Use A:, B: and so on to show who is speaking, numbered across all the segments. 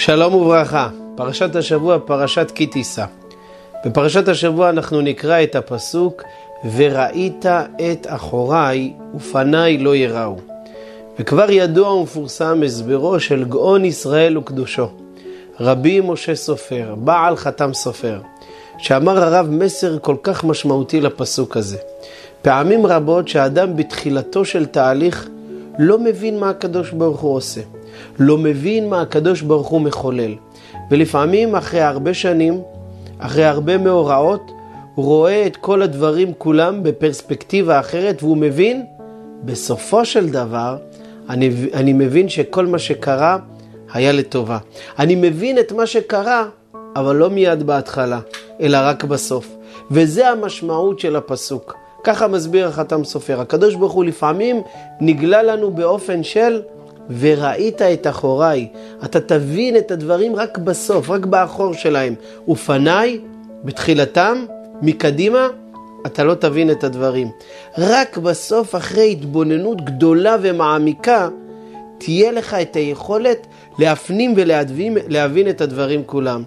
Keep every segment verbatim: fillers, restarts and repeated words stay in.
A: שלום וברכה, פרשת השבוע, פרשת כי תישא. בפרשת השבוע אנחנו נקרא את הפסוק וראית את אחוריי ופניי לא יראו. וכבר ידוע ומפורסם הסברו של גאון ישראל וקדושו, רבי משה סופר, בעל חתם סופר, שאמר הרב מסר כל כך משמעותי לפסוק הזה. פעמים רבות שהאדם בתחילתו של תהליך לא מבין מה הקדוש ברוך הוא עושה, לא מבין מה הקדוש ברוך הוא מחולל, ולפעמים אחרי הרבה שנים, אחרי הרבה מאורעות, הוא רואה את כל הדברים כולם בפרספקטיבה אחרת, והוא מבין, בסופו של דבר, אני, אני מבין שכל מה שקרה היה לטובה. אני מבין את מה שקרה, אבל לא מיד בהתחלה, אלא רק בסוף. וזה המשמעות של הפסוק. ככה מסביר החתם סופר. הקדוש ברוך הוא לפעמים נגלה לנו באופן של וראית את אחוריי. אתה תבין את הדברים רק בסוף, רק באחור שלהם. ופניי, בתחילתם, מקדימה, אתה לא תבין את הדברים. רק בסוף, אחרי התבוננות גדולה ומעמיקה, תהיה לך את היכולת להפנים ולהבין להבין את הדברים כולם.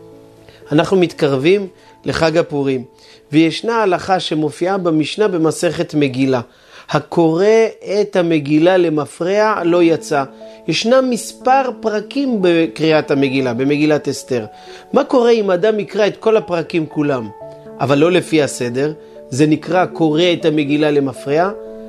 A: אנחנו מתקרבים לחג הפורים, וישנה הלכה שמופיעה במשנה במסכת מגילה. הקורא את המגילה למפרע לא יצא. ישנם מספר פרקים בקריאת המגילה, במגילת אסתר. מה קורה אם אדם יקרא את כל הפרקים כולם, אבל לא לפי הסדר? זה נקרא קורא את המגילה למפרע.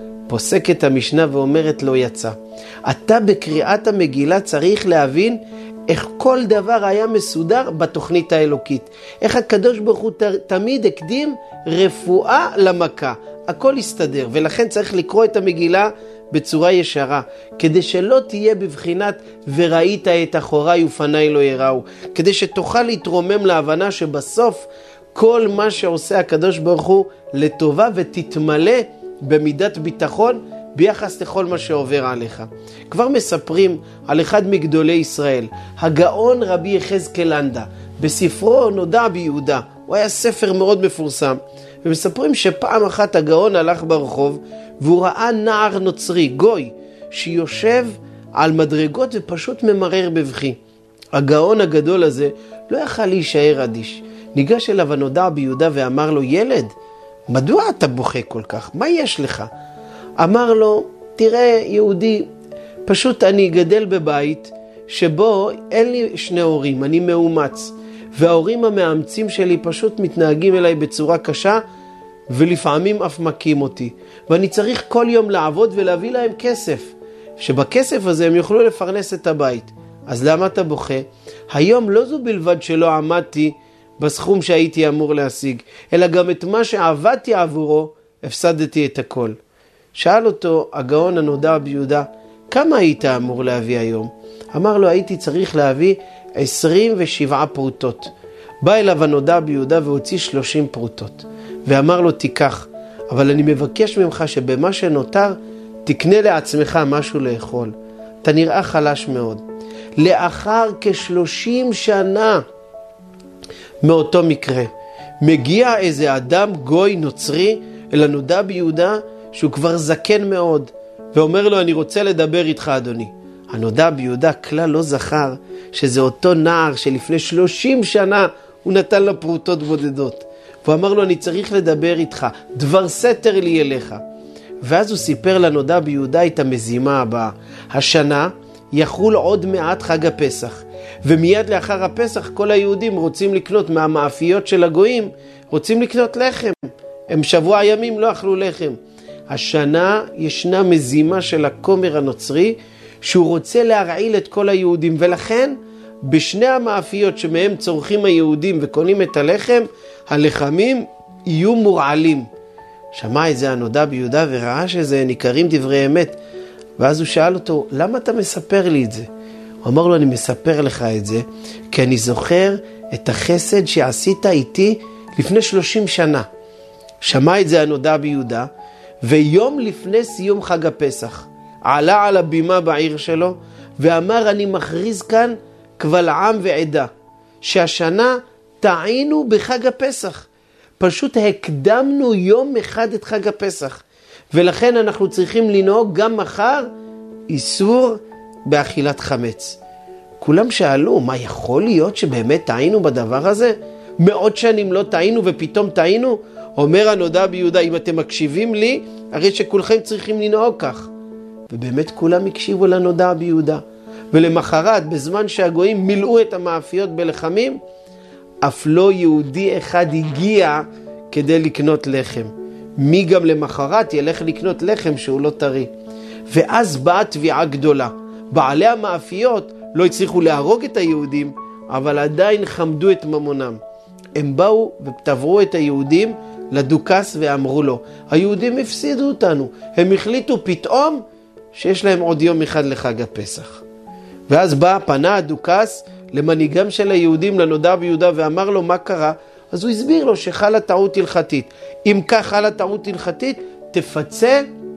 A: פוסקת המשנה ואומרת לא יצא. אתה בקריאת המגילה צריך להבין איך כל דבר היה מסודר בתוכנית האלוקית. איך הקדוש ברוך הוא תמיד הקדים רפואה למכה. הכל יסתדר, ולכן צריך לקרוא את המגילה בצורה ישרה, כדי שלא תהיה בבחינת וראית את אחוריי ופניי לא יראו, כדי שתוכל להתרומם להבנה שבסוף כל מה שעושה הקדוש ברוך הוא לטובה, ותתמלא במידת ביטחון ביחס לכל מה שעובר עליך. כבר מספרים על אחד מגדולי ישראל, הגאון רבי יחזקאל לנדא, בספרו נודע ביהודה. הוא היה ספר מאוד מפורסם, ומספרים שפעם אחת הגאון הלך ברחוב והוא ראה נער נוצרי, גוי, שיושב על מדרגות ופשוט ממרר בבכי. הגאון הגדול הזה לא יכל להישאר אדיש. ניגש אליו הנודע ביהודה ואמר לו, ילד, מדוע אתה בוכה כל כך? מה יש לך? אמר לו, תראה יהודי, פשוט אני גדל בבית שבו אין לי שני הורים, אני מאומץ. וההורים המאמצים שלי פשוט מתנהגים אליי בצורה קשה, ולפעמים אף מכים אותי. ואני צריך כל יום לעבוד ולהביא להם כסף, שבכסף הזה הם יוכלו לפרנס את הבית. אז למה אתה בוכה? היום לא זו בלבד שלא עמדתי בסכום שהייתי אמור להשיג, אלא גם את מה שעבדתי עבורו, הפסדתי את הכל. שאל אותו הגאון הנודע ביהודה, כמה היית אמור להביא היום? אמר לו, הייתי צריך להביא עשרים ושבע פרוטות. בא אליו הנודע ביהודה והוציא שלושים פרוטות. ואמר לו, תיקח, אבל אני מבקש ממך שבמה שנותר, תקנה לעצמך משהו לאכול. אתה נראה חלש מאוד. לאחר כשלושים שנה מאותו מקרה, מגיע איזה אדם גוי נוצרי אל הנודע ביהודה, שהוא כבר זקן מאוד, ואומר לו, אני רוצה לדבר איתך אדוני. הנודע ביהודה כלל לא זכר שזה אותו נער שלפני שלושים שנה הוא נתן לו פרוטות בודדות. והוא אמר לו, אני צריך לדבר איתך, דבר סתר לי אליך. ואז הוא סיפר לנודע ביהודה את המזימה הבאה. השנה יחול עוד מעט חג הפסח, ומיד לאחר הפסח כל היהודים רוצים לקנות מהמאפיות של הגויים, רוצים לקנות לחם. הם שבוע ימים לא אכלו לחם. השנה ישנה מזימה של הכומר הנוצרי, שהוא רוצה להרעיל את כל היהודים, ולכן בשני המאפיות שמהם צורכים היהודים וקונים את הלחם, הלחמים יהיו מורעלים. שמע את זה הנודע ביהודה וראה שזה ניכרים דברי אמת, ואז הוא שאל אותו, למה אתה מספר לי את זה? הוא אמר לו, אני מספר לך את זה כי אני זוכר את החסד שעשית איתי לפני שלושים שנה. שמע את זה הנודע ביהודה, ויום לפני סיום חג הפסח עלה על הבימה בעיר שלו ואמר, אני מכריז כאן קבל עם ועדה שהשנה טעינו בחג הפסח, פשוט הקדמנו יום אחד את חג הפסח, ולכן אנחנו צריכים לנהוג גם מחר איסור באכילת חמץ. כולם שאלו, מה יכול להיות שבאמת טעינו בדבר הזה? מאות שנים לא טעינו ופתאום טעינו? אומר הנודע ביהודה, אם אתם מקשיבים לי, הרי שכולכם צריכים לנהוג כך. ובאמת כולם הקשיבו לנודע ביהודה. ולמחרת, בזמן שהגויים מילאו את המאפיות בלחמים, אף לא יהודי אחד הגיע כדי לקנות לחם. מי גם למחרת ילך לקנות לחם שהוא לא טרי. ואז באה תביעה גדולה. בעלי המאפיות לא הצליחו להרוג את היהודים, אבל עדיין חמדו את ממונם. הם באו ותברו את היהודים לדוכס ואמרו לו, היהודים הפסידו אותנו, הם החליטו פתאום שיש להם עוד יום אחד לחג הפסח. ואז בא, פנה הדוכס למנהיגם של היהודים, לנודע ביהודה, ואמר לו מה קרה. אז הוא הסביר לו שחלה טעות הלכתית. אם כך חלה טעות הלכתית, תפצה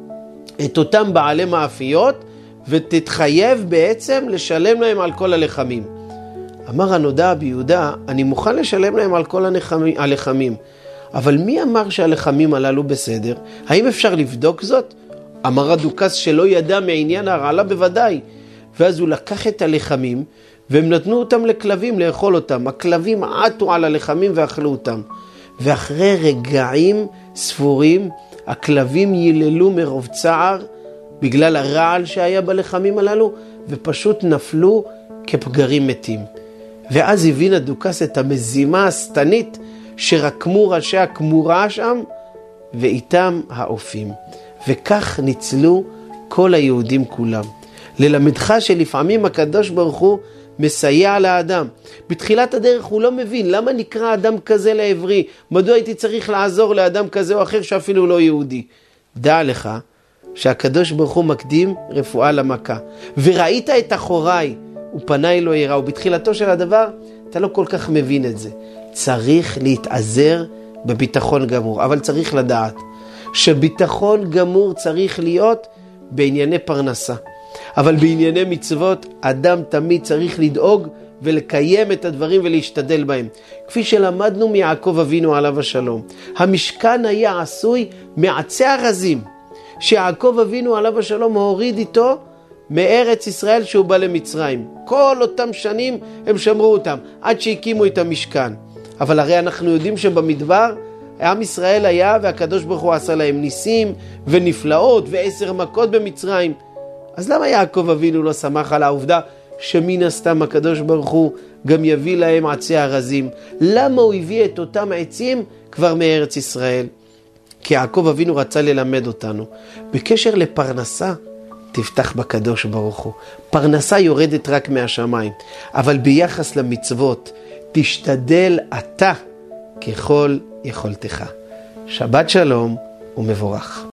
A: את אותם בעלי מאפיות, ותתחייב בעצם לשלם להם על כל הלחמים. אמר הנודע ביהודה, אני מוכן לשלם להם על כל הלחמים, אבל מי אמר שהלחמים הללו בסדר? האם אפשר לבדוק זאת? אמר הדוכס שלא ידע מעניין הרעלה בוודאי. ואז הוא לקח את הלחמים, והם נתנו אותם לכלבים לאכול אותם. הכלבים עטו על הלחמים ואכלו אותם. ואחרי רגעים ספורים, הכלבים יללו מרוב צער, בגלל הרעל שהיה בלחמים הללו, ופשוט נפלו כפגרים מתים. ואז הבין הדוכס את המזימה הסתנית שרקמו ראשי הכמורה שם, ואיתם האופים. וכך ניצלו כל היהודים כולם. ללמדך שלפעמים הקדוש ברוך הוא מסייע לאדם. בתחילת הדרך הוא לא מבין למה נקרא אדם כזה לעברי, מדוע הייתי צריך לעזור לאדם כזה או אחר שאפילו לא יהודי. דע לך שהקדוש ברוך הוא מקדים רפואה למכה. וראית את אחוריי ופניי לא יראו. בתחילתו של הדבר אתה לא כל כך מבין את זה. צריך להתעזר בביטחון גמור, אבל צריך לדעת שביטחון גמור צריך להיות בענייני פרנסה. אבל בענייני מצוות אדם תמיד צריך לדאוג ולקיים את הדברים ולהשתדל בהם. כפי שלמדנו מיעקב אבינו עליו השלום. המשכן היה עשוי מעצי ארזים, שיעקב אבינו עליו השלום הוריד איתו מארץ ישראל שהוא בא למצרים. כל אותם שנים הם שמרו אותם, עד שהקימו את המשכן. אבל הרי אנחנו יודעים שבמדבר עם ישראל היה והקדוש ברוך הוא עשה להם ניסים ונפלאות ועשר מכות במצרים. אז למה יעקב אבינו לא שמח על העובדה שמן הסתם הקדוש ברוך הוא גם יביא להם עצי ארזים? למה הוא הביא את אותם עצים כבר מארץ ישראל? כי יעקב אבינו רצה ללמד אותנו. בקשר לפרנסה, תפתח בקדוש ברוך הוא. פרנסה יורדת רק מהשמיים. אבל ביחס למצוות, תשתדל אתה ככל יכולתך. שבת שלום ומבורך.